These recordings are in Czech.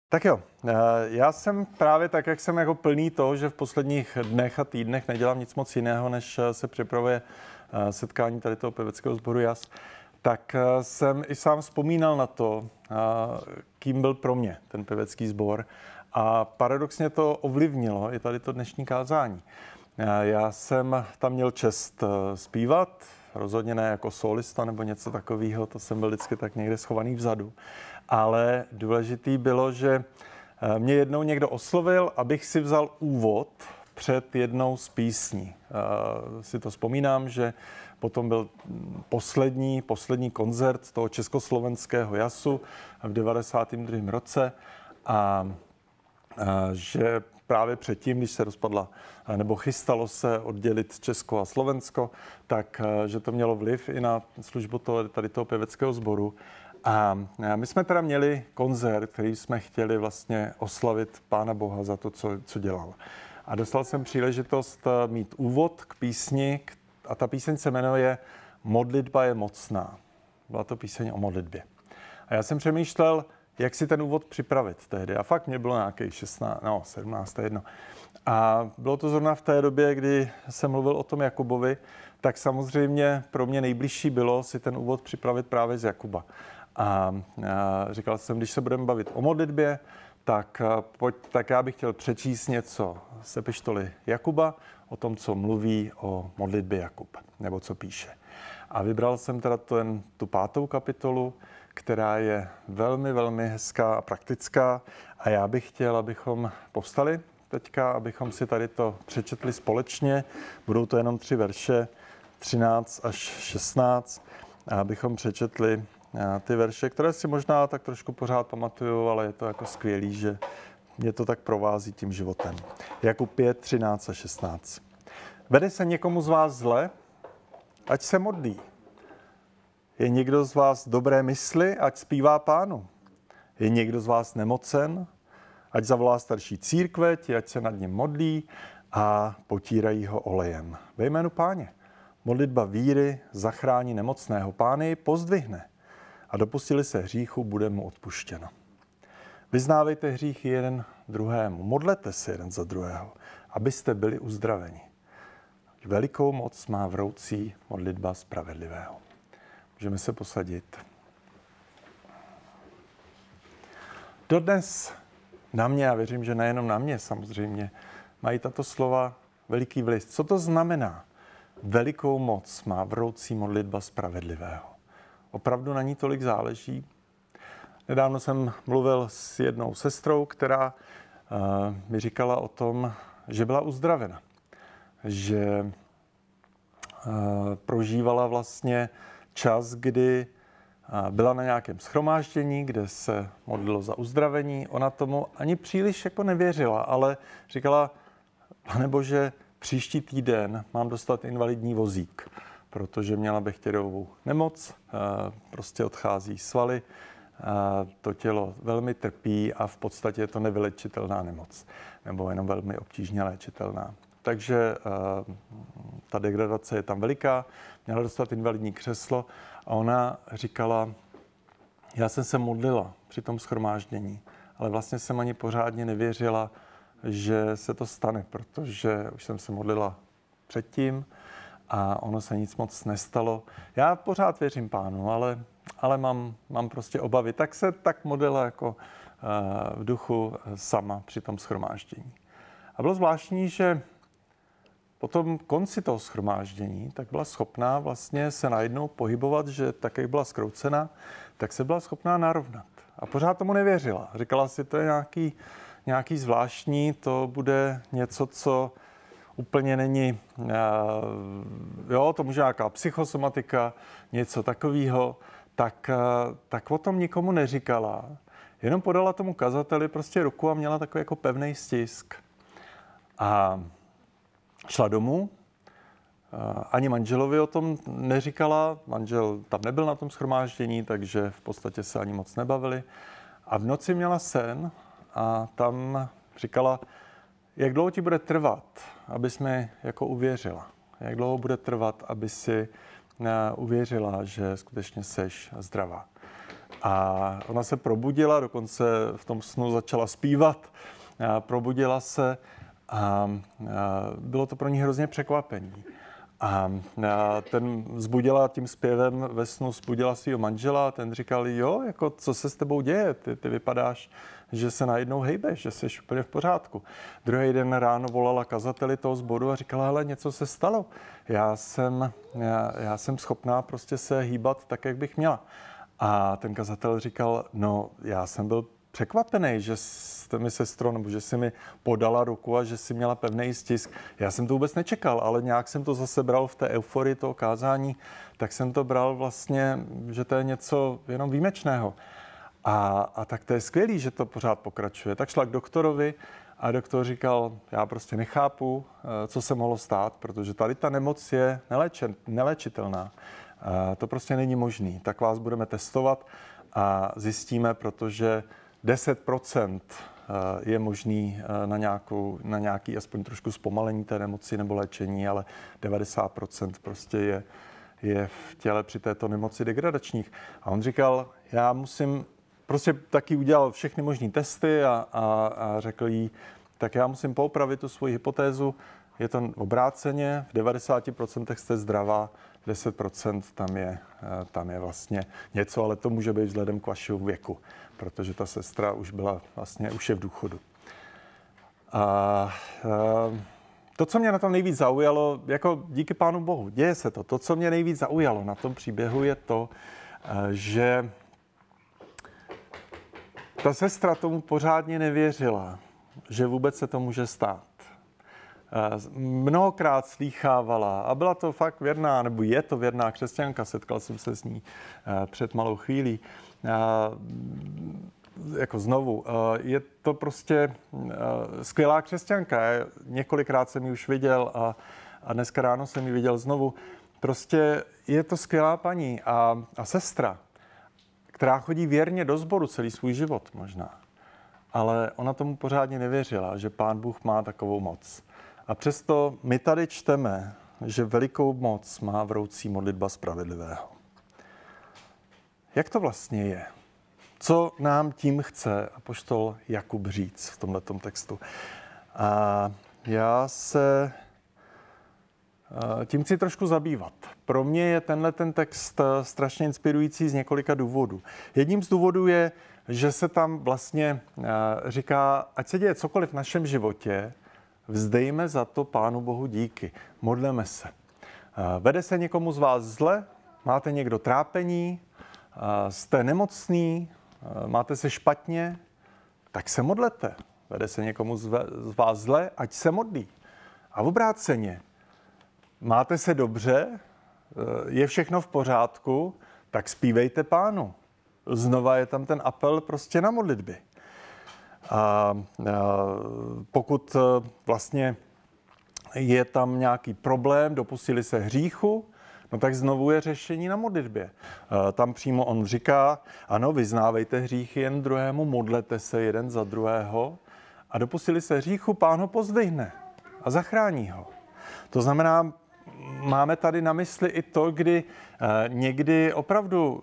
Tak jo, já jsem právě tak, jak jsem jako plný toho, že v posledních dnech a týdnech nedělám nic moc jiného, než se připravuje setkání tady toho pěveckého sboru JAS, tak jsem i sám vzpomínal na to, kým byl pro mě ten pěvecký sbor. A paradoxně to ovlivnilo i tady to dnešní kázání. Já jsem tam měl čest zpívat, rozhodně ne jako solista nebo něco takového, to jsem byl vždycky tak někde schovaný vzadu. Ale důležitý bylo, že mě jednou někdo oslovil, abych si vzal úvod před jednou z písní. Si to vzpomínám, že potom byl poslední koncert toho československého jasu v 92. roce a že právě předtím, když se rozpadla nebo chystalo se oddělit Česko a Slovensko, tak že to mělo vliv i na službu tady toho pěveckého sboru. A my jsme teda měli koncert, který jsme chtěli vlastně oslavit Pána Boha za to, co dělal. A dostal jsem příležitost mít úvod k písni a ta píseň se jmenuje Modlitba je mocná. Byla to píseň o modlitbě. A já jsem přemýšlel, jak si ten úvod připravit tehdy. A fakt mě bylo nějakých 17, jedno. A bylo to zrovna v té době, kdy jsem mluvil o tom Jakubovi, tak samozřejmě pro mě nejbližší bylo si ten úvod připravit právě z Jakuba. A říkal jsem, když se budeme bavit o modlitbě, tak já bych chtěl přečíst něco z epištoly Jakuba, o tom, co mluví o modlitbě Jakub, nebo co píše. A vybral jsem teda tu 5. kapitolu, která je velmi, velmi hezká a praktická. A já bych chtěl, abychom povstali teďka, abychom si tady to přečetli společně. Budou to jenom 3 verše, 13 až 16. A abychom přečetli ty verše, které si možná tak trošku pořád pamatuju, ale je to jako skvělý, že mě to tak provází tím životem. Jakub 5, 13 a 16. Vede se někomu z vás zle? Ať se modlí. Je někdo z vás dobré mysli? Ať zpívá Pánu. Je někdo z vás nemocen? Ať zavolá starší církveť, ať se nad ním modlí a potírají ho olejem. Ve jménu Páně. Modlitba víry zachrání nemocného. Pán jej pozdvihne. A dopustili se hříchu, bude mu odpuštěno. Vyznávejte hříchy jeden druhému. Modlete se jeden za druhého, abyste byli uzdraveni. Velikou moc má vroucí modlitba spravedlivého. Můžeme se posadit. Dodnes na mě, a věřím, že nejenom na mě samozřejmě, mají tato slova veliký vliv. Co to znamená? Velikou moc má vroucí modlitba spravedlivého. Opravdu na ní tolik záleží. Nedávno jsem mluvil s jednou sestrou, která mi říkala o tom, že byla uzdravena. Že prožívala vlastně čas, kdy byla na nějakém shromáždění, kde se modlilo za uzdravení. Ona tomu ani příliš jako nevěřila, ale říkala, Pane Bože, příští týden mám dostat invalidní vozík, protože měla Bechtěrovou nemoc, prostě odchází svaly, to tělo velmi trpí a v podstatě je to nevylečitelná nemoc, nebo jenom velmi obtížně léčitelná. Takže ta degradace je tam veliká, měla dostat invalidní křeslo a ona říkala, já jsem se modlila při tom shromáždění, ale vlastně jsem ani pořádně nevěřila, že se to stane, protože už jsem se modlila předtím a ono se nic moc nestalo. Já pořád věřím Pánu, ale mám prostě obavy. Tak se tak modlila jako v duchu sama při tom shromáždění. A bylo zvláštní, že po tom konci toho shromáždění tak byla schopná vlastně se najednou pohybovat, že tak, jak byla zkroucena, tak se byla schopná narovnat. A pořád tomu nevěřila. Říkala si, to je nějaký zvláštní, to bude něco, co úplně není, to může nějaká psychosomatika, něco takového, tak o tom nikomu neříkala. Jenom podala tomu kazateli prostě ruku a měla takový jako pevný stisk. A šla domů, ani manželovi o tom neříkala, manžel tam nebyl na tom shromáždění, takže v podstatě se ani moc nebavili. A v noci měla sen a tam říkala, jak dlouho ti bude trvat, abys mi jako uvěřila. Jak dlouho bude trvat, aby si uvěřila, že skutečně seš zdravá. A ona se probudila, dokonce v tom snu začala zpívat, probudila se a bylo to pro ní hrozně překvapení. A ten vzbudila tím zpěvem ve snu, vzbudila svého manžela a ten říkal, jo, jako co se s tebou děje, ty vypadáš, že se najednou hejbeš, že jsi úplně v pořádku. Druhý den ráno volala kazateli toho sboru a říkala, hele, něco se stalo. Já jsem schopná prostě se hýbat tak, jak bych měla. A ten kazatel říkal, no já jsem byl překvapený, že jste mi, sestro, nebo že jsi mi podala ruku a že jsi měla pevný stisk. Já jsem to vůbec nečekal, ale nějak jsem to zase bral v té euforii toho kázání, tak jsem to bral vlastně, že to je něco jenom výjimečného. A tak to je skvělý, že to pořád pokračuje. Tak šla k doktorovi a doktor říkal, já prostě nechápu, co se mohlo stát, protože tady ta nemoc je neléčitelná. To prostě není možný. Tak vás budeme testovat a zjistíme, protože 10% je možný na nějaký aspoň trošku zpomalení té nemoci nebo léčení, ale 90% prostě je v těle při této nemoci degradačních. A on říkal, já musím, prostě taky udělal všechny možný testy a řekl jí, tak já musím poopravit tu svoji hypotézu, je to obráceně, v 90% jste zdravá, 10% tam je vlastně něco, ale to může být vzhledem k vašemu věku, protože ta sestra už je v důchodu. To, co mě na tom nejvíc zaujalo, jako díky Pánu Bohu, děje se to. To, co mě nejvíc zaujalo na tom příběhu, je to, že ta sestra tomu pořádně nevěřila, že vůbec se to může stát. Mnohokrát slýchávala a byla to fakt věrná, nebo je to věrná křesťanka, setkal jsem se s ní před malou chvílí. Jako znovu, je to prostě skvělá křesťanka. Několikrát jsem ji už viděl a dneska ráno jsem ji viděl znovu. Prostě je to skvělá paní a sestra, která chodí věrně do sboru celý svůj život možná. Ale ona tomu pořádně nevěřila, že Pán Bůh má takovou moc. A přesto my tady čteme, že velikou moc má vroucí modlitba spravedlivého. Jak to vlastně je? Co nám tím chce apoštol Jakub říct v tomhletom textu? A já se tím chci trošku zabývat. Pro mě je tenhle ten text strašně inspirující z několika důvodů. Jedním z důvodů je, že se tam vlastně říká, ať se děje cokoliv v našem životě, vzdejme za to Pánu Bohu díky. Modleme se. Vede se někomu z vás zle? Máte někdo trápení? Jste nemocný? Máte se špatně? Tak se modlete. Vede se někomu z vás zle? Ať se modlí. A v obráceně. Máte se dobře? Je všechno v pořádku? Tak zpívejte Pánu. Znova je tam ten apel prostě na modlitby. A pokud vlastně je tam nějaký problém, dopustili se hříchu, no tak znovu je řešení na modlitbě. Tam přímo on říká, ano, vyznávejte hříchy jen druhému, modlete se jeden za druhého a dopustili se hříchu, Pán ho pozdvihne a zachrání ho. To znamená, máme tady na mysli i to, kdy někdy opravdu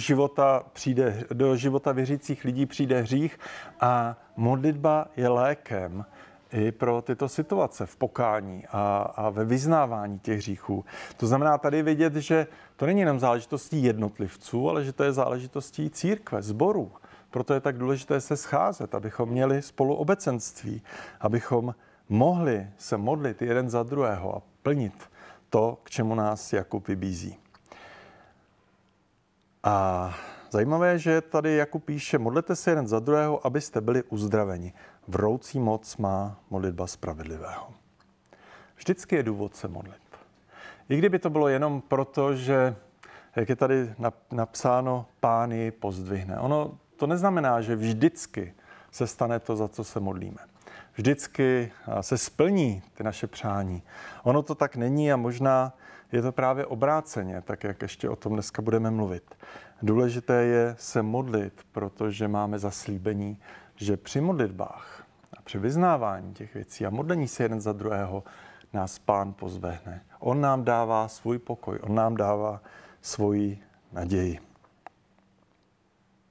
do života věřících lidí přijde hřích a modlitba je lékem i pro tyto situace v pokání a ve vyznávání těch hříchů. To znamená tady vidět, že to není jenom záležitostí jednotlivců, ale že to je záležitostí církve, sborů. Proto je tak důležité se scházet, abychom měli spolu obecenství, abychom mohli se modlit jeden za druhého a plnit to, k čemu nás Jakub vybízí. A zajímavé je, že tady Jakub píše, modlete se jeden za druhého, abyste byli uzdraveni. Vroucí moc má modlitba spravedlivého. Vždycky je důvod se modlit. I kdyby to bylo jenom proto, že, jak je tady napsáno, Pán ji pozdvihne. Ono to neznamená, že vždycky se stane to, za co se modlíme. Vždycky se splní ty naše přání. Ono to tak není a možná je to právě obráceně, tak jak ještě o tom dneska budeme mluvit. Důležité je se modlit, protože máme zaslíbení, že při modlitbách a při vyznávání těch věcí a modlení se jeden za druhého nás Pán pozvehne. On nám dává svůj pokoj, on nám dává svoji naději.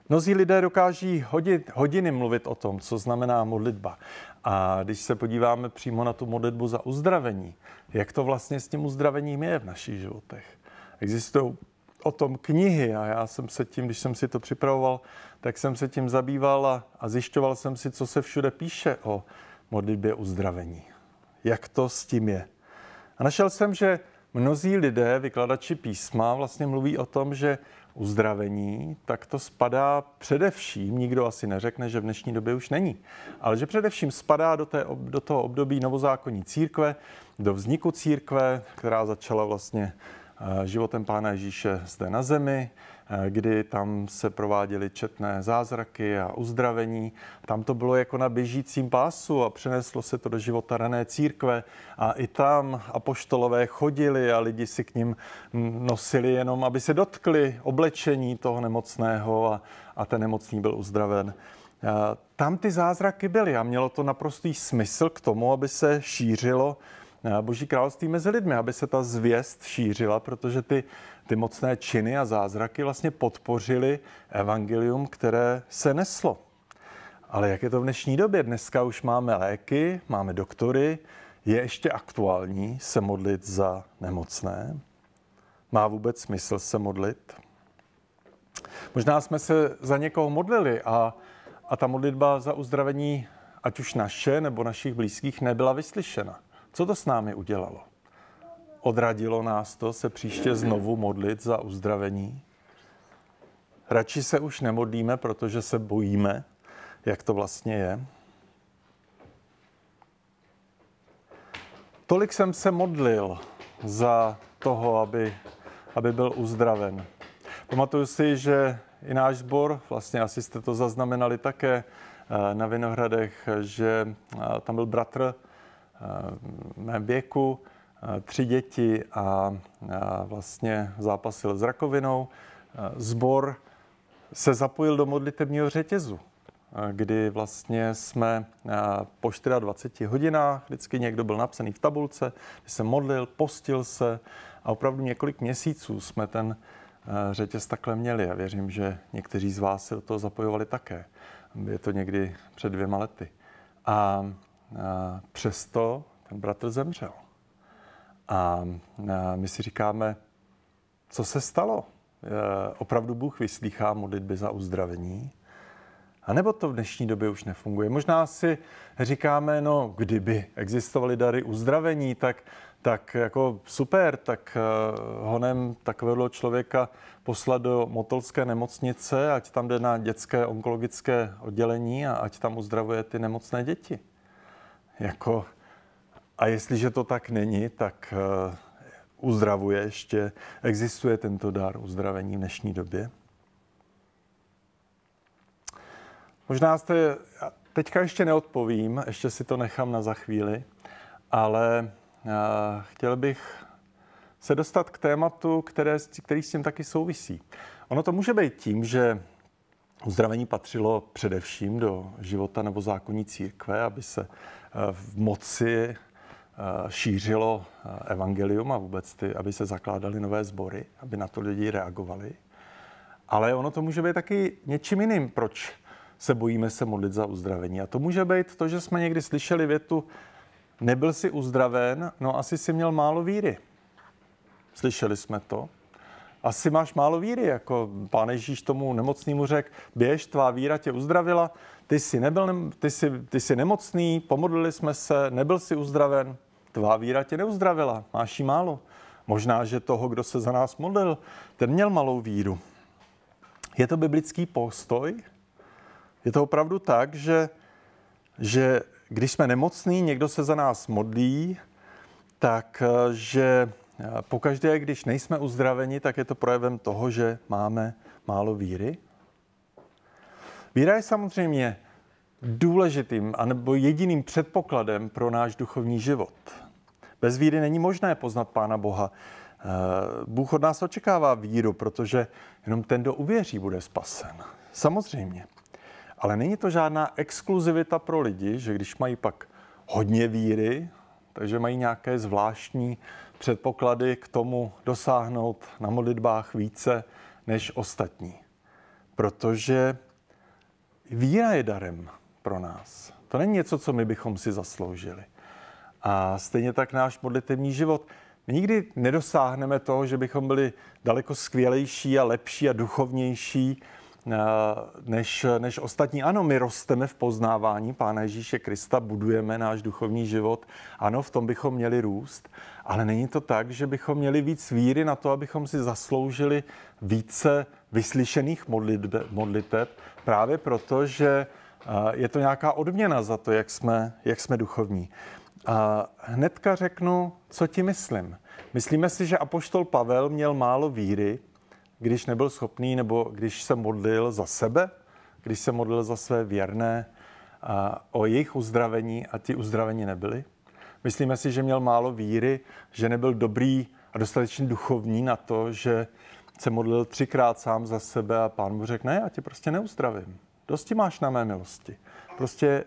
Mnozí lidé dokáží hodiny mluvit o tom, co znamená modlitba. A když se podíváme přímo na tu modlitbu za uzdravení, jak to vlastně s tím uzdravením je v našich životech. Existují o tom knihy a já jsem se tím, když jsem si to připravoval, tak jsem se tím zabýval a zjišťoval jsem si, co se všude píše o modlitbě uzdravení. Jak to s tím je. A našel jsem, že mnozí lidé, vykladači písma, vlastně mluví o tom, že uzdravení, tak to spadá především, nikdo asi neřekne, že v dnešní době už není, ale že především spadá do toho období novozákonní církve, do vzniku církve, která začala vlastně životem Pána Ježíše zde na zemi, kdy tam se prováděly četné zázraky a uzdravení. Tam to bylo jako na běžícím pásu a přeneslo se to do života rané církve a i tam apoštolové chodili a lidi si k nim nosili jenom, aby se dotkli oblečení toho nemocného a ten nemocný byl uzdraven. Tam ty zázraky byly a mělo to naprostý smysl k tomu, aby se šířilo Boží království mezi lidmi, aby se ta zvěst šířila, protože ty mocné činy a zázraky vlastně podpořily evangelium, které se neslo. Ale jak je to v dnešní době? Dneska už máme léky, máme doktory. Je ještě aktuální se modlit za nemocné? Má vůbec smysl se modlit? Možná jsme se za někoho modlili a ta modlitba za uzdravení, ať už naše nebo našich blízkých, nebyla vyslyšena. Co to s námi udělalo? Odradilo nás to se příště znovu modlit za uzdravení? Radši se už nemodlíme, protože se bojíme, jak to vlastně je. Tolik jsem se modlil za toho, aby byl uzdraven. Pamatuju si, že i náš sbor, vlastně asi jste to zaznamenali také na Vinohradech, že tam byl bratr v mém věku, 3 děti a vlastně zápasil s rakovinou. Sbor se zapojil do modlitebního řetězu, kdy vlastně jsme po 24 hodinách, vždycky někdo byl napsaný v tabulce, kdy se modlil, postil se a opravdu několik měsíců jsme ten řetěz takhle měli a věřím, že někteří z vás se do toho zapojovali také. Je to někdy před 2 lety. A přesto ten bratr zemřel. A my si říkáme, co se stalo? Opravdu Bůh vyslýchá modlitby za uzdravení? A nebo to v dnešní době už nefunguje? Možná si říkáme, no kdyby existovaly dary uzdravení, tak jako super, tak honem takového člověka poslat do motolské nemocnice, ať tam jde na dětské onkologické oddělení a ať tam uzdravuje ty nemocné děti. A jestliže to tak není, tak uzdravuje ještě, existuje tento dar uzdravení v dnešní době? Možná teďka ještě neodpovím, ještě si to nechám na za chvíli, ale chtěl bych se dostat k tématu, který s tím taky souvisí. Ono to může být tím, že uzdravení patřilo především do života nebo zákonní církve, aby se v moci šířilo evangelium a vůbec aby se zakládaly nové sbory, aby na to lidi reagovali. Ale ono to může být taky něčím jiným, proč se bojíme se modlit za uzdravení. A to může být to, že jsme někdy slyšeli větu, nebyl jsi uzdraven, no asi jsi měl málo víry. Slyšeli jsme to. Asi máš málo víry, jako Pán Ježíš tomu nemocnému řekl, běž, tvá víra tě uzdravila, ty jsi nemocný, pomodlili jsme se, nebyl jsi uzdraven, tvá víra tě neuzdravila, máš jí málo. Možná, že toho, kdo se za nás modlil, ten měl malou víru. Je to biblický postoj? Je to opravdu tak, že když jsme nemocní, někdo se za nás modlí, takže pokaždé, když nejsme uzdraveni, tak je to projevem toho, že máme málo víry? Víra je samozřejmě důležitým anebo jediným předpokladem pro náš duchovní život. Bez víry není možné poznat Pána Boha. Bůh od nás očekává víru, protože jenom ten, kdo uvěří, bude spasen. Samozřejmě. Ale není to žádná exkluzivita pro lidi, že když mají pak hodně víry, takže mají nějaké zvláštní předpoklady k tomu dosáhnout na modlitbách více než ostatní. protože víra je darem pro nás. To není něco, co my bychom si zasloužili. A stejně tak náš modlitevní život. My nikdy nedosáhneme toho, že bychom byli daleko skvělejší a lepší a duchovnější než ostatní. Ano, my rosteme v poznávání Pána Ježíše Krista, budujeme náš duchovní život. Ano, v tom bychom měli růst, ale není to tak, že bychom měli víc víry na to, abychom si zasloužili více vyslyšených modliteb, právě proto, že je to nějaká odměna za to, jak jsme duchovní. A hnedka řeknu, co ti myslím. Myslíme si, že apoštol Pavel měl málo víry, když nebyl schopný, nebo když se modlil za sebe, když se modlil za své věrné o jejich uzdravení a ti uzdravení nebyli. Myslíme si, že měl málo víry, že nebyl dobrý a dostatečně duchovní na to, že se modlil 3krát sám za sebe a Pán mu řekl, ne, já tě prostě neuzdravím. Dosti máš na mé milosti. Prostě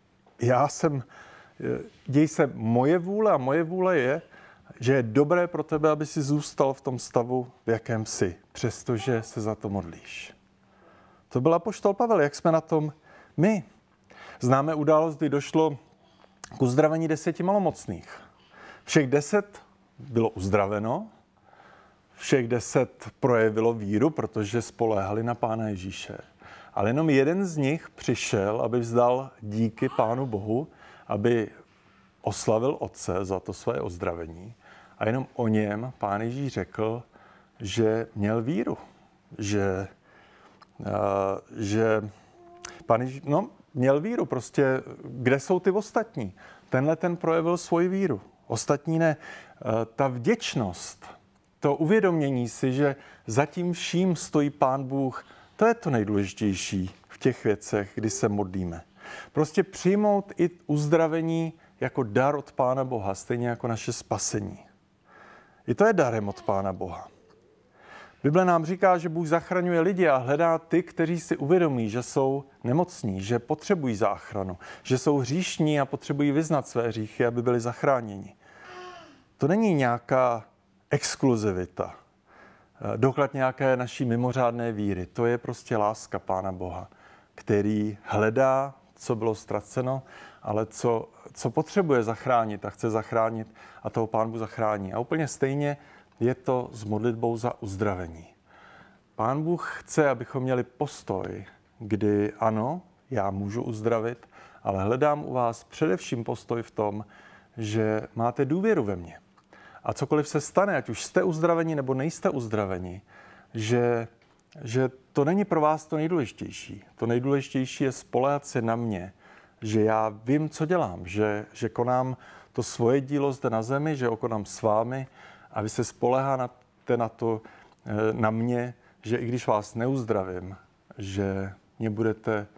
děj se moje vůle a moje vůle je, že je dobré pro tebe, aby si zůstal v tom stavu, v jakém jsi, přestože se za to modlíš. To byl apoštol Pavel, jak jsme na tom my. Známe událost, kdy došlo k uzdravení 10 malomocných. Všech 10 bylo uzdraveno, všech 10 projevilo víru, protože spoléhali na Pána Ježíše. Ale jenom jeden z nich přišel, aby vzdal díky Pánu Bohu, aby oslavil Otce za to své ozdravení. A jenom o něm Pán Ježíš řekl, že měl víru. Že Pán Ježíš, měl víru. Prostě, kde jsou ty ostatní? Tenhle ten projevil svoji víru. Ostatní ne. Ta vděčnost, to uvědomění si, že za tím vším stojí Pán Bůh, to je to nejdůležitější v těch věcech, kdy se modlíme. Prostě přijmout i uzdravení jako dar od Pána Boha, stejně jako naše spasení. I to je darem od Pána Boha. Bible nám říká, že Bůh zachraňuje lidi a hledá ty, kteří si uvědomí, že jsou nemocní, že potřebují záchranu, že jsou hříšní a potřebují vyznat své hříchy, aby byli zachráněni. To není nějaká exkluzivita, doklad nějaké naší mimořádné víry. To je prostě láska Pána Boha, který hledá, co bylo ztraceno, ale co potřebuje zachránit a chce zachránit a toho Pán Bůh zachrání. A úplně stejně je to s modlitbou za uzdravení. Pán Bůh chce, abychom měli postoj, kdy ano, já můžu uzdravit, ale hledám u vás především postoj v tom, že máte důvěru ve mě. A cokoliv se stane, ať už jste uzdraveni nebo nejste uzdraveni, že to není pro vás to nejdůležitější. To nejdůležitější je spoléhat se na mě, že já vím, co dělám, že konám to svoje dílo zde na zemi, že ho konám s vámi a vy se spoléháte na mě, že i když vás neuzdravím, že mě budete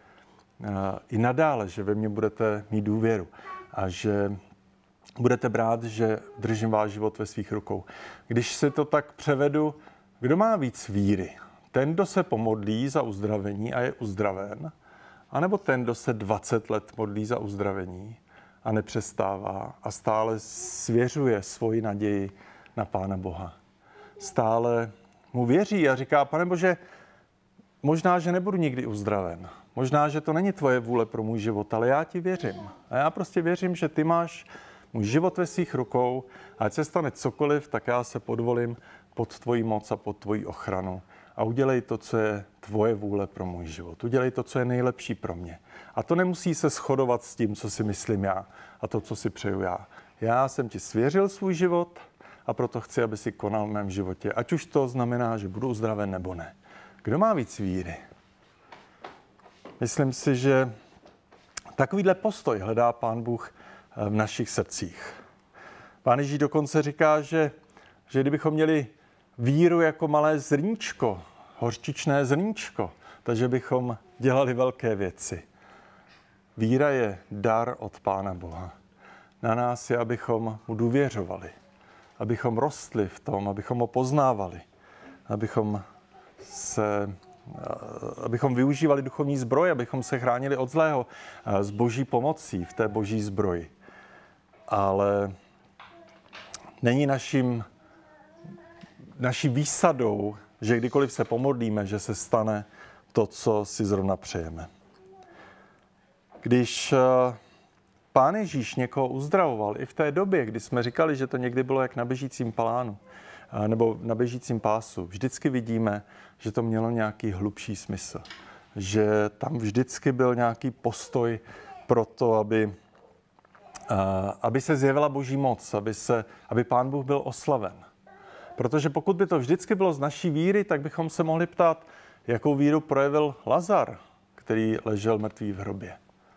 i nadále, že ve mně budete mít důvěru a že budete brát, že držím váš život ve svých rukou. Když si to tak převedu, kdo má víc víry? Ten, kdo se pomodlí za uzdravení a je uzdraven, anebo ten, kdo se 20 let modlí za uzdravení a nepřestává a stále svěřuje svoji naději na Pána Boha. Stále mu věří a říká, Pane Bože, možná, že nebudu nikdy uzdraven. Možná, že to není tvoje vůle pro můj život, ale já ti věřím. A já prostě věřím, že ty máš můj život ve svých rukou a ať se stane cokoliv, tak já se podvolím pod tvoji moc a pod tvoji ochranu. A udělej to, co je tvoje vůle pro můj život. Udělej to, co je nejlepší pro mě. A to nemusí se shodovat s tím, co si myslím já a to, co si přeju já. Já jsem ti svěřil svůj život a proto chci, aby si konal v mém životě. Ať už to znamená, že budu uzdraven nebo ne. Kdo má víc víry? Myslím si, že takovýhle postoj hledá Pán Bůh v našich srdcích. Pán Ježíš dokonce říká, že kdybychom měli víru jako malé zrníčko, hořčičné zrníčko, takže bychom dělali velké věci. Víra je dar od Pána Boha. Na nás je, abychom mu důvěřovali, abychom rostli v tom, abychom ho poznávali, abychom využívali duchovní zbroj, abychom se chránili od zlého s boží pomocí v té boží zbroji. Ale není naší výsadou, že kdykoliv se pomodlíme, že se stane to, co si zrovna přejeme. Když Pán Ježíš někoho uzdravoval i v té době, kdy jsme říkali, že to někdy bylo jak na běžícím plánu nebo na běžícím pásu, vždycky vidíme, že to mělo nějaký hlubší smysl. Že tam vždycky byl nějaký postoj pro to, aby se zjevila Boží moc, aby Pán Bůh byl oslaven. Protože pokud by to vždycky bylo z naší víry, tak bychom se mohli ptát, jakou víru projevil Lazar, který ležel mrtvý v hrobě.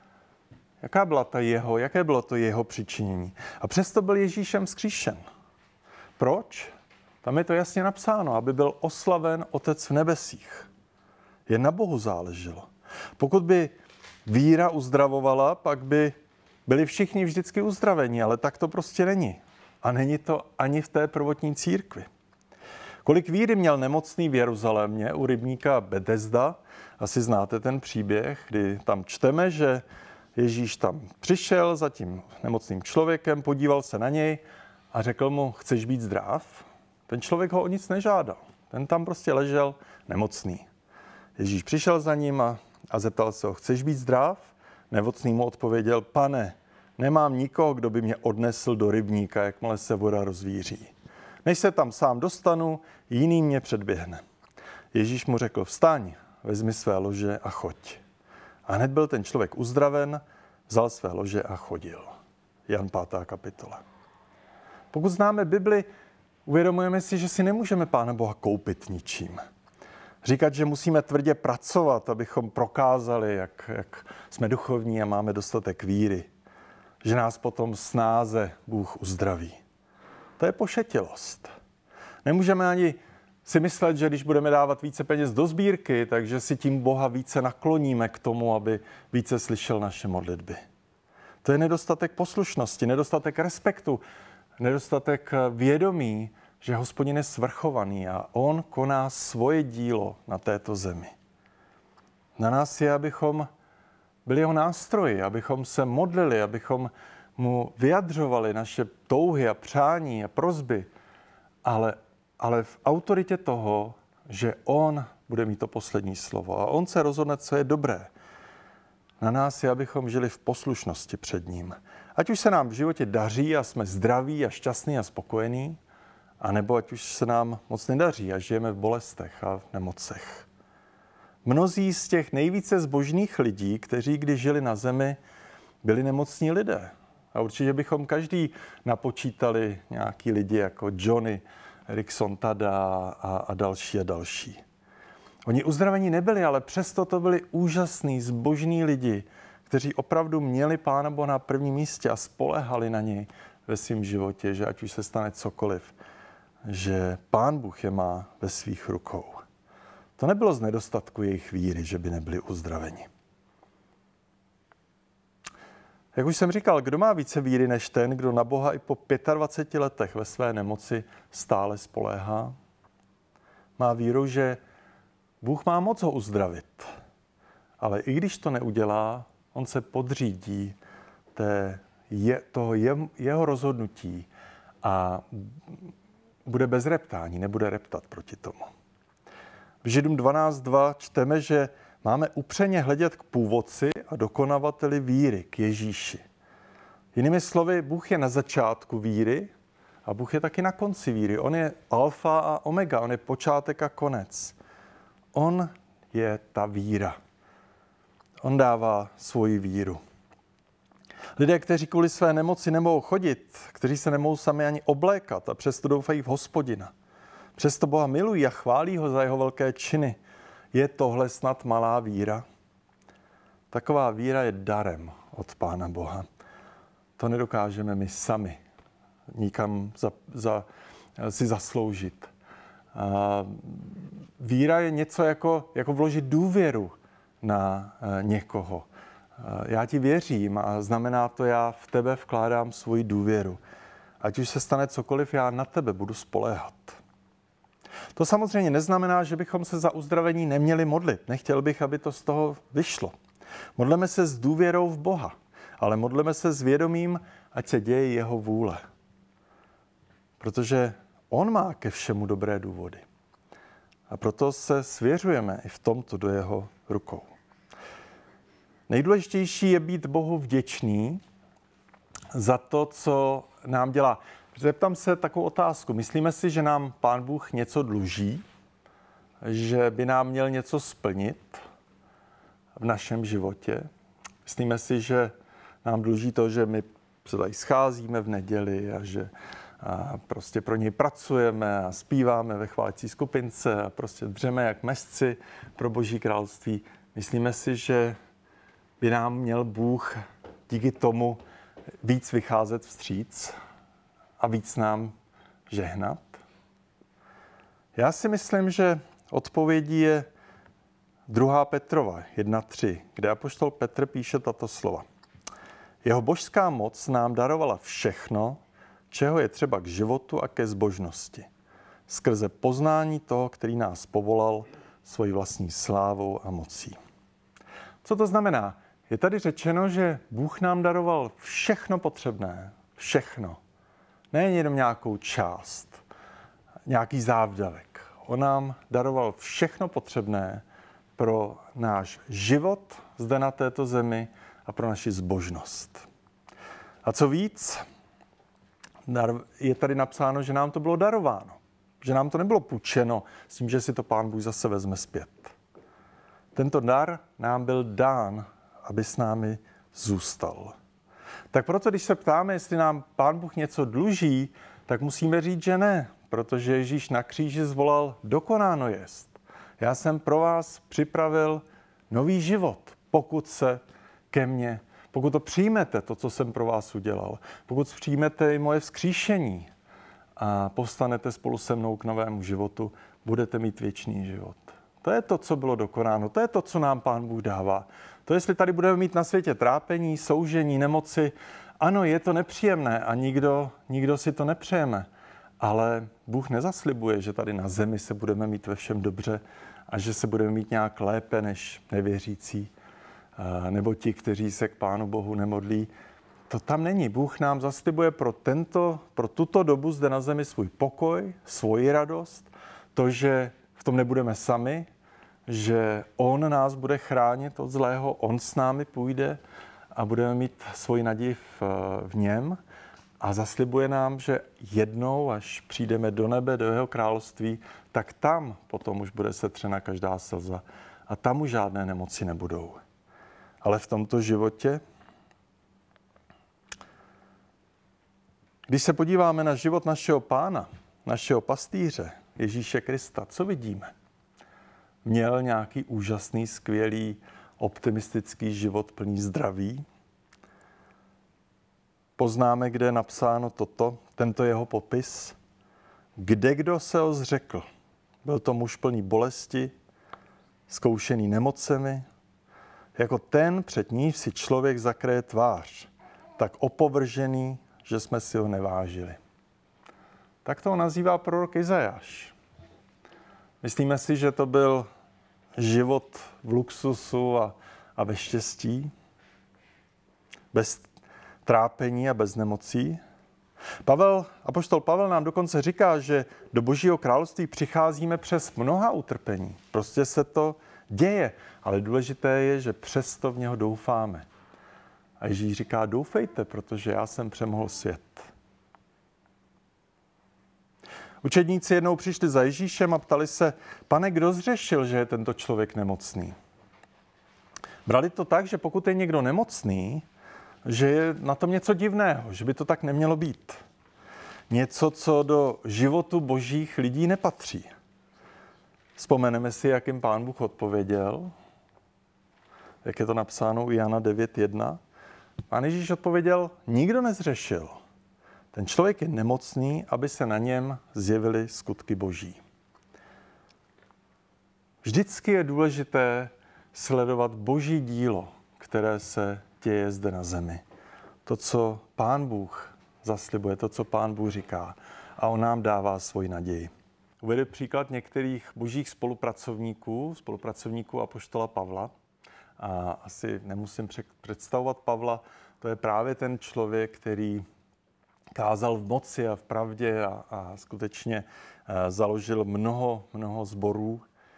Jaké bylo to jeho přičinění? A přesto byl Ježíšem vzkříšen. Proč? Tam je to jasně napsáno, aby byl oslaven Otec v nebesích. Jen na Bohu záleželo. Pokud by víra uzdravovala, pak by byli všichni vždycky uzdraveni, ale tak to prostě není. A není to ani v té prvotní církvi. Kolik víry měl nemocný v Jeruzalémě u rybníka Betesda? Asi znáte ten příběh, kdy tam čteme, že Ježíš tam přišel za tím nemocným člověkem, podíval se na něj a řekl mu, chceš být zdrav? Ten člověk ho o nic nežádal. Ten tam prostě ležel nemocný. Ježíš přišel za ním a zeptal se ho, chceš být zdrav? Nemocný mu odpověděl, pane, nemám nikoho, kdo by mě odnesl do rybníka, jakmile se voda rozvíří. Než se tam sám dostanu, jiný mě předběhne. Ježíš mu řekl, vstaň, vezmi své lože a choď. A hned byl ten člověk uzdraven, vzal své lože a chodil. Jan 5. kapitola. Pokud známe Bibli, uvědomujeme si, že si nemůžeme Pána Boha koupit ničím. Říkat, že musíme tvrdě pracovat, abychom prokázali, jak jsme duchovní a máme dostatek víry. Že nás potom snáze Bůh uzdraví. To je pošetilost. Nemůžeme ani si myslet, že když budeme dávat více peněz do sbírky, takže si tím Boha více nakloníme k tomu, aby více slyšel naše modlitby. To je nedostatek poslušnosti, nedostatek respektu, nedostatek vědomí, že Hospodin je svrchovaný a on koná svoje dílo na této zemi. Na nás je, abychom byli jeho nástroji, abychom se modlili, abychom mu vyjadřovali naše touhy a přání a prosby, ale v autoritě toho, že on bude mít to poslední slovo a on se rozhodne, co je dobré. Na nás je, abychom žili v poslušnosti před ním. Ať už se nám v životě daří a jsme zdraví a šťastní a spokojení, anebo ať už se nám moc nedaří a žijeme v bolestech a v nemocech. Mnozí z těch nejvíce zbožných lidí, kteří když žili na zemi, byli nemocní lidé. A určitě bychom každý napočítali nějaký lidi jako Johnny, Erickson Tada a další a další. Oni uzdravení nebyli, ale přesto to byli úžasní, zbožní lidi, kteří opravdu měli Pána Boha na prvním místě a spoléhali na něj ve svém životě, že ať už se stane cokoliv, že Pán Bůh je má ve svých rukou. To nebylo z nedostatku jejich víry, že by nebyli uzdraveni. Jak už jsem říkal, kdo má více víry než ten, kdo na Boha i po 25 letech ve své nemoci stále spoléhá? Má víru, že Bůh má moc ho uzdravit, ale i když to neudělá, on se podřídí toho jeho rozhodnutí a bude bez reptání, nebude reptat proti tomu. V Židům 12.2 čteme, že máme upřeně hledět k původci a dokonavateli víry, k Ježíši. Jinými slovy, Bůh je na začátku víry a Bůh je taky na konci víry. On je alfa a omega, on je počátek a konec. On je ta víra. On dává svoji víru. Lidé, kteří kvůli své nemoci nemohou chodit, kteří se nemohou sami ani oblékat a přesto doufají v Hospodina. Přesto Boha milují a chválí ho za jeho velké činy. Je tohle snad malá víra? Taková víra je darem od Pána Boha. To nedokážeme my sami nikam si zasloužit. Víra je něco jako vložit důvěru na někoho. Já ti věřím a znamená to, já v tebe vkládám svoji důvěru. Ať už se stane cokoliv, já na tebe budu spoléhat. To samozřejmě neznamená, že bychom se za uzdravení neměli modlit. Nechtěl bych, aby to z toho vyšlo. Modleme se s důvěrou v Boha, ale modleme se s vědomím, ať se děje jeho vůle. Protože on má ke všemu dobré důvody. A proto se svěřujeme i v tomto do jeho rukou. Nejdůležitější je být Bohu vděčný za to, co nám dělá. Zeptám se takovou otázku. Myslíme si, že nám Pán Bůh něco dluží? Že by nám měl něco splnit v našem životě? Myslíme si, že nám dluží to, že my se tady scházíme v neděli a že prostě pro něj pracujeme a zpíváme ve chválecí skupince a prostě dřeme jak mezci pro Boží království. Myslíme si, že by nám měl Bůh díky tomu víc vycházet vstříc a víc nám žehnat? Já si myslím, že odpovědí je 2. Petrova 1.3, kde apoštol Petr píše tato slova. Jeho božská moc nám darovala všechno, čeho je třeba k životu a ke zbožnosti, skrze poznání toho, který nás povolal svojí vlastní slávou a mocí. Co to znamená? Je tady řečeno, že Bůh nám daroval všechno potřebné. Všechno. Ne jenom nějakou část, nějaký závdavek. On nám daroval všechno potřebné pro náš život zde na této zemi a pro naši zbožnost. A co víc, je tady napsáno, že nám to bylo darováno. Že nám to nebylo půjčeno s tím, že si to Pán Bůh zase vezme zpět. Tento dar nám byl dán, aby s námi zůstal. Tak proto, když se ptáme, jestli nám Pán Bůh něco dluží, tak musíme říct, že ne, protože Ježíš na kříži zvolal: dokonáno jest. Já jsem pro vás připravil nový život, pokud to přijmete, to, co jsem pro vás udělal, pokud přijmete i moje vzkříšení a povstanete spolu se mnou k novému životu, budete mít věčný život. To je to, co bylo dokonáno, to je to, co nám Pán Bůh dává. To, jestli tady budeme mít na světě trápení, soužení, nemoci, ano, je to nepříjemné a nikdo si to nepřejeme. Ale Bůh nezaslibuje, že tady na zemi se budeme mít ve všem dobře a že se budeme mít nějak lépe než nevěřící nebo ti, kteří se k Pánu Bohu nemodlí. To tam není. Bůh nám zaslibuje pro tuto dobu zde na zemi svůj pokoj, svoji radost, to, že v tom nebudeme sami, že on nás bude chránit od zlého, on s námi půjde a budeme mít svoji naději v něm. A zaslibuje nám, že jednou, až přijdeme do nebe, do jeho království, tak tam potom už bude setřena každá slza a tam už žádné nemoci nebudou. Ale v tomto životě, když se podíváme na život našeho Pána, našeho pastýře, Ježíše Krista, co vidíme? Měl nějaký úžasný, skvělý, optimistický život plný zdraví? Poznáme, kde je napsáno tento jeho popis. Kdekdo se ho zřekl. Byl to muž plný bolesti, zkoušený nemocemi. Jako ten, před níž si člověk zakryje tvář, tak opovržený, že jsme si ho nevážili. Tak to nazývá prorok Izajáš. Myslíme si, že to byl život v luxusu a ve štěstí, bez trápení a bez nemocí. Apoštol Pavel nám dokonce říká, že do Božího království přicházíme přes mnoha utrpení. Prostě se to děje, ale důležité je, že přesto v něho doufáme. A Ježíš říká: doufejte, protože já jsem přemohl svět. Učedníci jednou přišli za Ježíšem a ptali se: Pane, kdo zřešil, že je tento člověk nemocný? Brali to tak, že pokud je někdo nemocný, že je na tom něco divného, že by to tak nemělo být. Něco, co do životu božích lidí nepatří. Vzpomeneme si, jak jim Pán Bůh odpověděl, jak je to napsáno u Jana 9.1. Pán Ježíš odpověděl: nikdo nezřešil. Ten člověk je nemocný, aby se na něm zjevily skutky boží. Vždycky je důležité sledovat boží dílo, které se děje zde na zemi. To, co Pán Bůh zaslibuje, to, co Pán Bůh říká, a on nám dává svoji naději. Uvedu příklad některých božích spolupracovníků apoštola Pavla. A asi nemusím představovat Pavla, to je právě ten člověk, kázal v moci a v pravdě a skutečně založil mnoho sborů.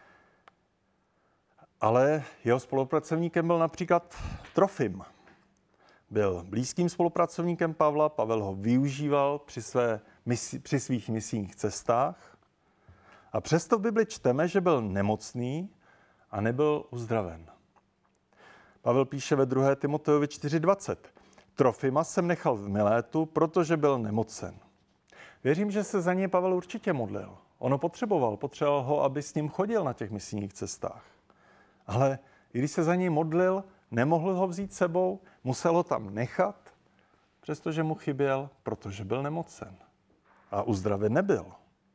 Ale jeho spolupracovníkem byl například Trofim. Byl blízkým spolupracovníkem Pavla, Pavel ho využíval při svých misijních cestách. A přesto v Bibli čteme, že byl nemocný a nebyl uzdraven. Pavel píše ve 2. Timotejovi 4:20. Trofima jsem nechal v Milétu, protože byl nemocen. Věřím, že se za něj Pavel určitě modlil. Ono potřeboval ho, aby s ním chodil na těch misijních cestách. Ale i když se za něj modlil, nemohl ho vzít sebou, musel ho tam nechat, přestože mu chyběl, protože byl nemocen. A uzdraven nebyl.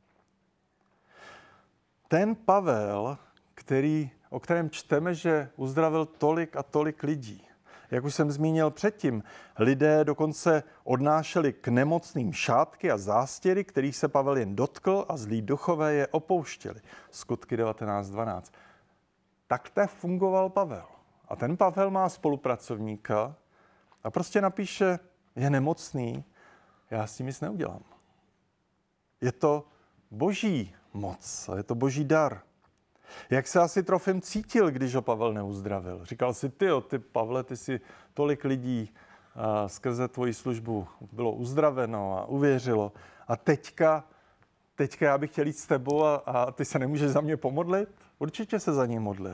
Ten Pavel, o kterém čteme, že uzdravil tolik a tolik lidí. Jak už jsem zmínil předtím, lidé dokonce odnášeli k nemocným šátky a zástěry, kterých se Pavel jen dotkl a zlí duchové je opouštěli. Skutky 19:12. Takto fungoval Pavel. A ten Pavel má spolupracovníka a prostě napíše, je nemocný, já s tím nic neudělám. Je to boží moc a je to boží dar. Jak se asi Trofim cítil, když ho Pavel neuzdravil? Říkal si, ty Pavle, ty si tolik lidí skrze tvoji službu bylo uzdraveno a uvěřilo. A teďka já bych chtěl jít s tebou a ty se nemůžeš za mě pomodlit? Určitě se za něj modlil.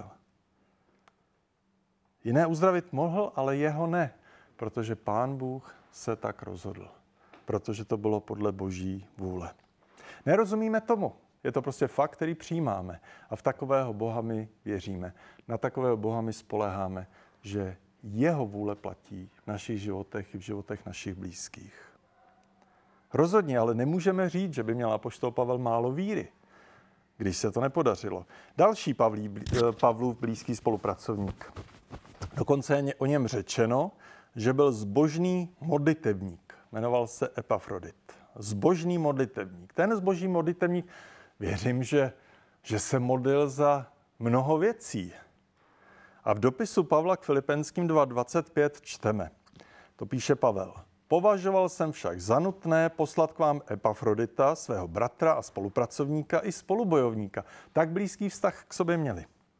Jiné uzdravit mohl, ale jeho ne, protože Pán Bůh se tak rozhodl. Protože to bylo podle boží vůle. Nerozumíme tomu. Je to prostě fakt, který přijímáme. A v takového Boha my věříme. Na takového Boha my spoléháme, že jeho vůle platí v našich životech i v životech našich blízkých. Rozhodně ale nemůžeme říct, že by měl apoštol Pavel málo víry, když se to nepodařilo. Další Pavlův blízký spolupracovník. Dokonce je o něm řečeno, že byl zbožný modlitebník. Jmenoval se Epafrodit. Zbožný modlitebník. Ten zbožný modlitebník, věřím, že se modlil za mnoho věcí. A v dopisu Pavla k Filipenským 2:25 čteme. To píše Pavel. Považoval jsem však za nutné poslat k vám Epafrodita, svého bratra a spolupracovníka i spolubojovníka. Tak blízký vztah k sobě měli.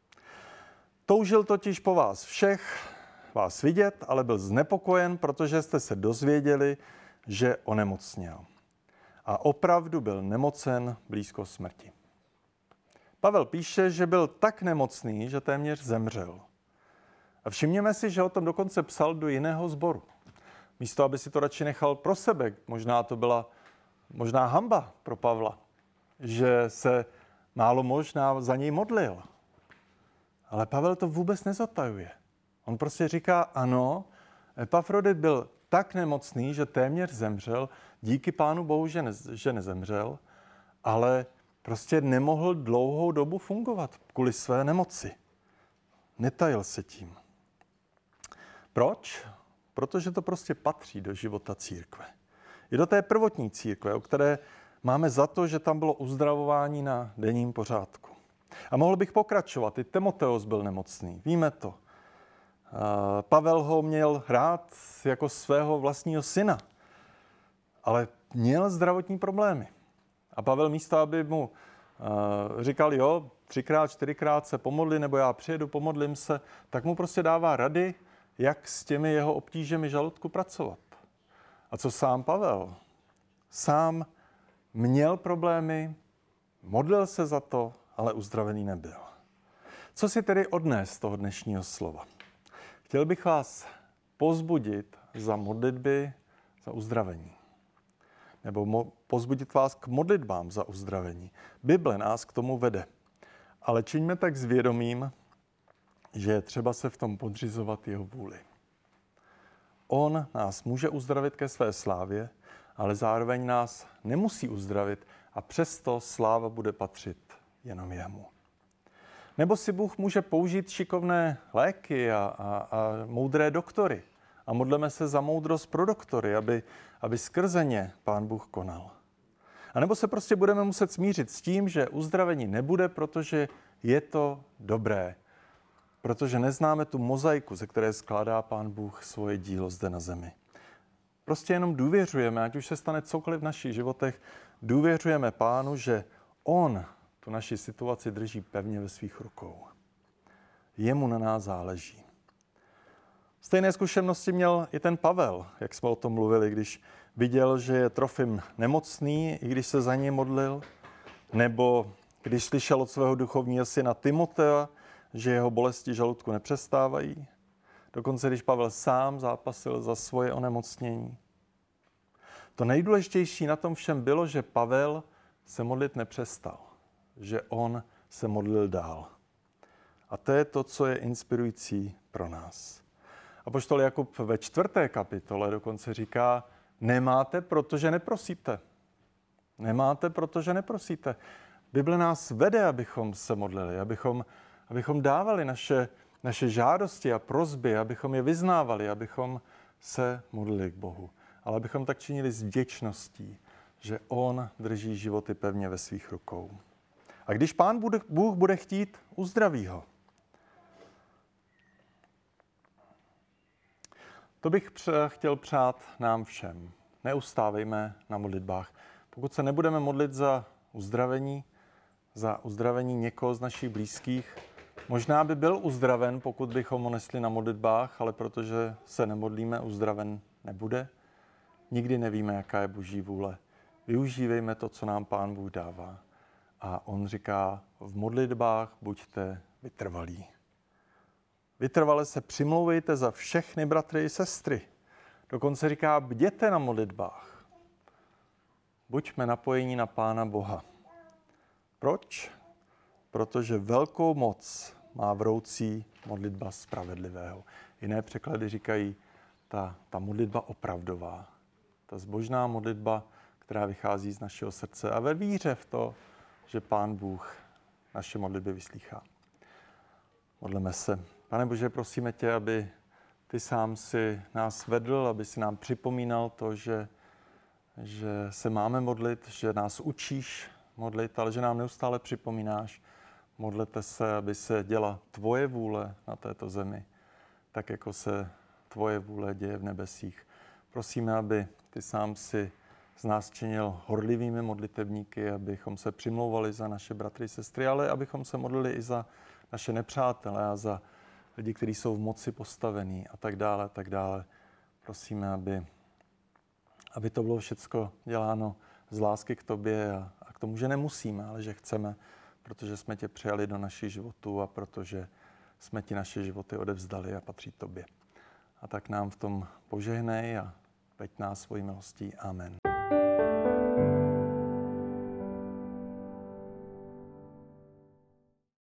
Toužil totiž po vás všech vás vidět, ale byl znepokojen, protože jste se dozvěděli, že onemocněl. A opravdu byl nemocen blízko smrti. Pavel píše, že byl tak nemocný, že téměř zemřel. A všimněme si, že o tom dokonce psal do jiného sboru. Místo, aby si to radši nechal pro sebe. Možná to byla hanba pro Pavla, že se málo možná za něj modlil. Ale Pavel to vůbec nezatajuje. On prostě říká, ano, Epafrodit byl tak nemocný, že téměř zemřel, díky Pánu Bohu, že nezemřel, ale prostě nemohl dlouhou dobu fungovat kvůli své nemoci. Netajil se tím. Proč? Protože to prostě patří do života církve. I do té prvotní církve, o které máme za to, že tam bylo uzdravování na denním pořádku. A mohl bych pokračovat. I Timoteus byl nemocný, víme to. Pavel ho měl rád jako svého vlastního syna, ale měl zdravotní problémy. A Pavel místo, aby mu říkal, jo, 3x, 4x se pomodli, nebo já přijedu, pomodlím se, tak mu prostě dává rady, jak s těmi jeho obtížemi žaludku pracovat. A co sám Pavel? Sám měl problémy, modlil se za to, ale uzdravený nebyl. Co si tedy odnést z toho dnešního slova? Chtěl bych vás povzbudit za modlitby za uzdravení. Nebo povzbudit vás k modlitbám za uzdravení. Bible nás k tomu vede. Ale čiňme tak s vědomím, že je třeba se v tom podřizovat jeho vůli. On nás může uzdravit ke své slávě, ale zároveň nás nemusí uzdravit a přesto sláva bude patřit jenom jemu. Nebo si Bůh může použít šikovné léky a moudré doktory. A modleme se za moudrost pro doktory, aby skrze ně Pán Bůh konal. A nebo se prostě budeme muset smířit s tím, že uzdravení nebude, protože je to dobré. Protože neznáme tu mozaiku, ze které skládá Pán Bůh svoje dílo zde na zemi. Prostě jenom důvěřujeme, ať už se stane cokoliv v našich životech, důvěřujeme Pánu, že on tu naši situaci drží pevně ve svých rukou. Jemu na nás záleží. Stejné zkušenosti měl i ten Pavel, jak jsme o tom mluvili, když viděl, že je Trofim nemocný, i když se za něj modlil, nebo když slyšel od svého duchovního syna Timotea, že jeho bolesti žaludku nepřestávají. Dokonce když Pavel sám zápasil za svoje onemocnění. To nejdůležitější na tom všem bylo, že Pavel se modlit nepřestal. Že on se modlil dál. A to je to, co je inspirující pro nás. Apoštol Jakub ve 4. kapitole dokonce říká, nemáte, protože neprosíte. Nemáte, protože neprosíte. Bible nás vede, abychom se modlili, abychom dávali naše žádosti a prosby, abychom je vyznávali, abychom se modlili k Bohu. Ale abychom tak činili s vděčností, že on drží životy pevně ve svých rukou. A když Pán Bůh bude chtít, uzdraví ho. To bych chtěl přát nám všem. Neustávejme na modlitbách. Pokud se nebudeme modlit za uzdravení někoho z našich blízkých, možná by byl uzdraven, pokud bychom ho nesli na modlitbách, ale protože se nemodlíme, uzdraven nebude. Nikdy nevíme, jaká je Boží vůle. Využívejme to, co nám Pán Bůh dává. A on říká, v modlitbách buďte vytrvalí. Vytrvale se přimlouvejte za všechny bratry i sestry. Dokonce říká, bděte na modlitbách. Buďme napojení na Pána Boha. Proč? Protože velkou moc má vroucí modlitba spravedlivého. Jiné překlady říkají, ta modlitba opravdová. Ta zbožná modlitba, která vychází z našeho srdce a ve víře v to, že Pán Bůh naše modlitby vyslýchá. Modleme se. Pane Bože, prosíme tě, aby ty sám si nás vedl, aby si nám připomínal to, že se máme modlit, že nás učíš modlit, ale že nám neustále připomínáš, modlete se, aby se děla tvoje vůle na této zemi, tak jako se tvoje vůle děje v nebesích. Prosíme, aby ty sám si z nás činil horlivými modlitebníky, abychom se přimlouvali za naše bratry, sestry, ale abychom se modlili i za naše nepřátele a za lidi, kteří jsou v moci postavení a tak dále, tak dále. Prosíme, aby to bylo všecko děláno z lásky k tobě a k tomu, že nemusíme, ale že chceme, protože jsme tě přijali do našich životů a protože jsme ti naše životy odevzdali a patří tobě. A tak nám v tom požehnej a veď nás svojí milostí. Amen.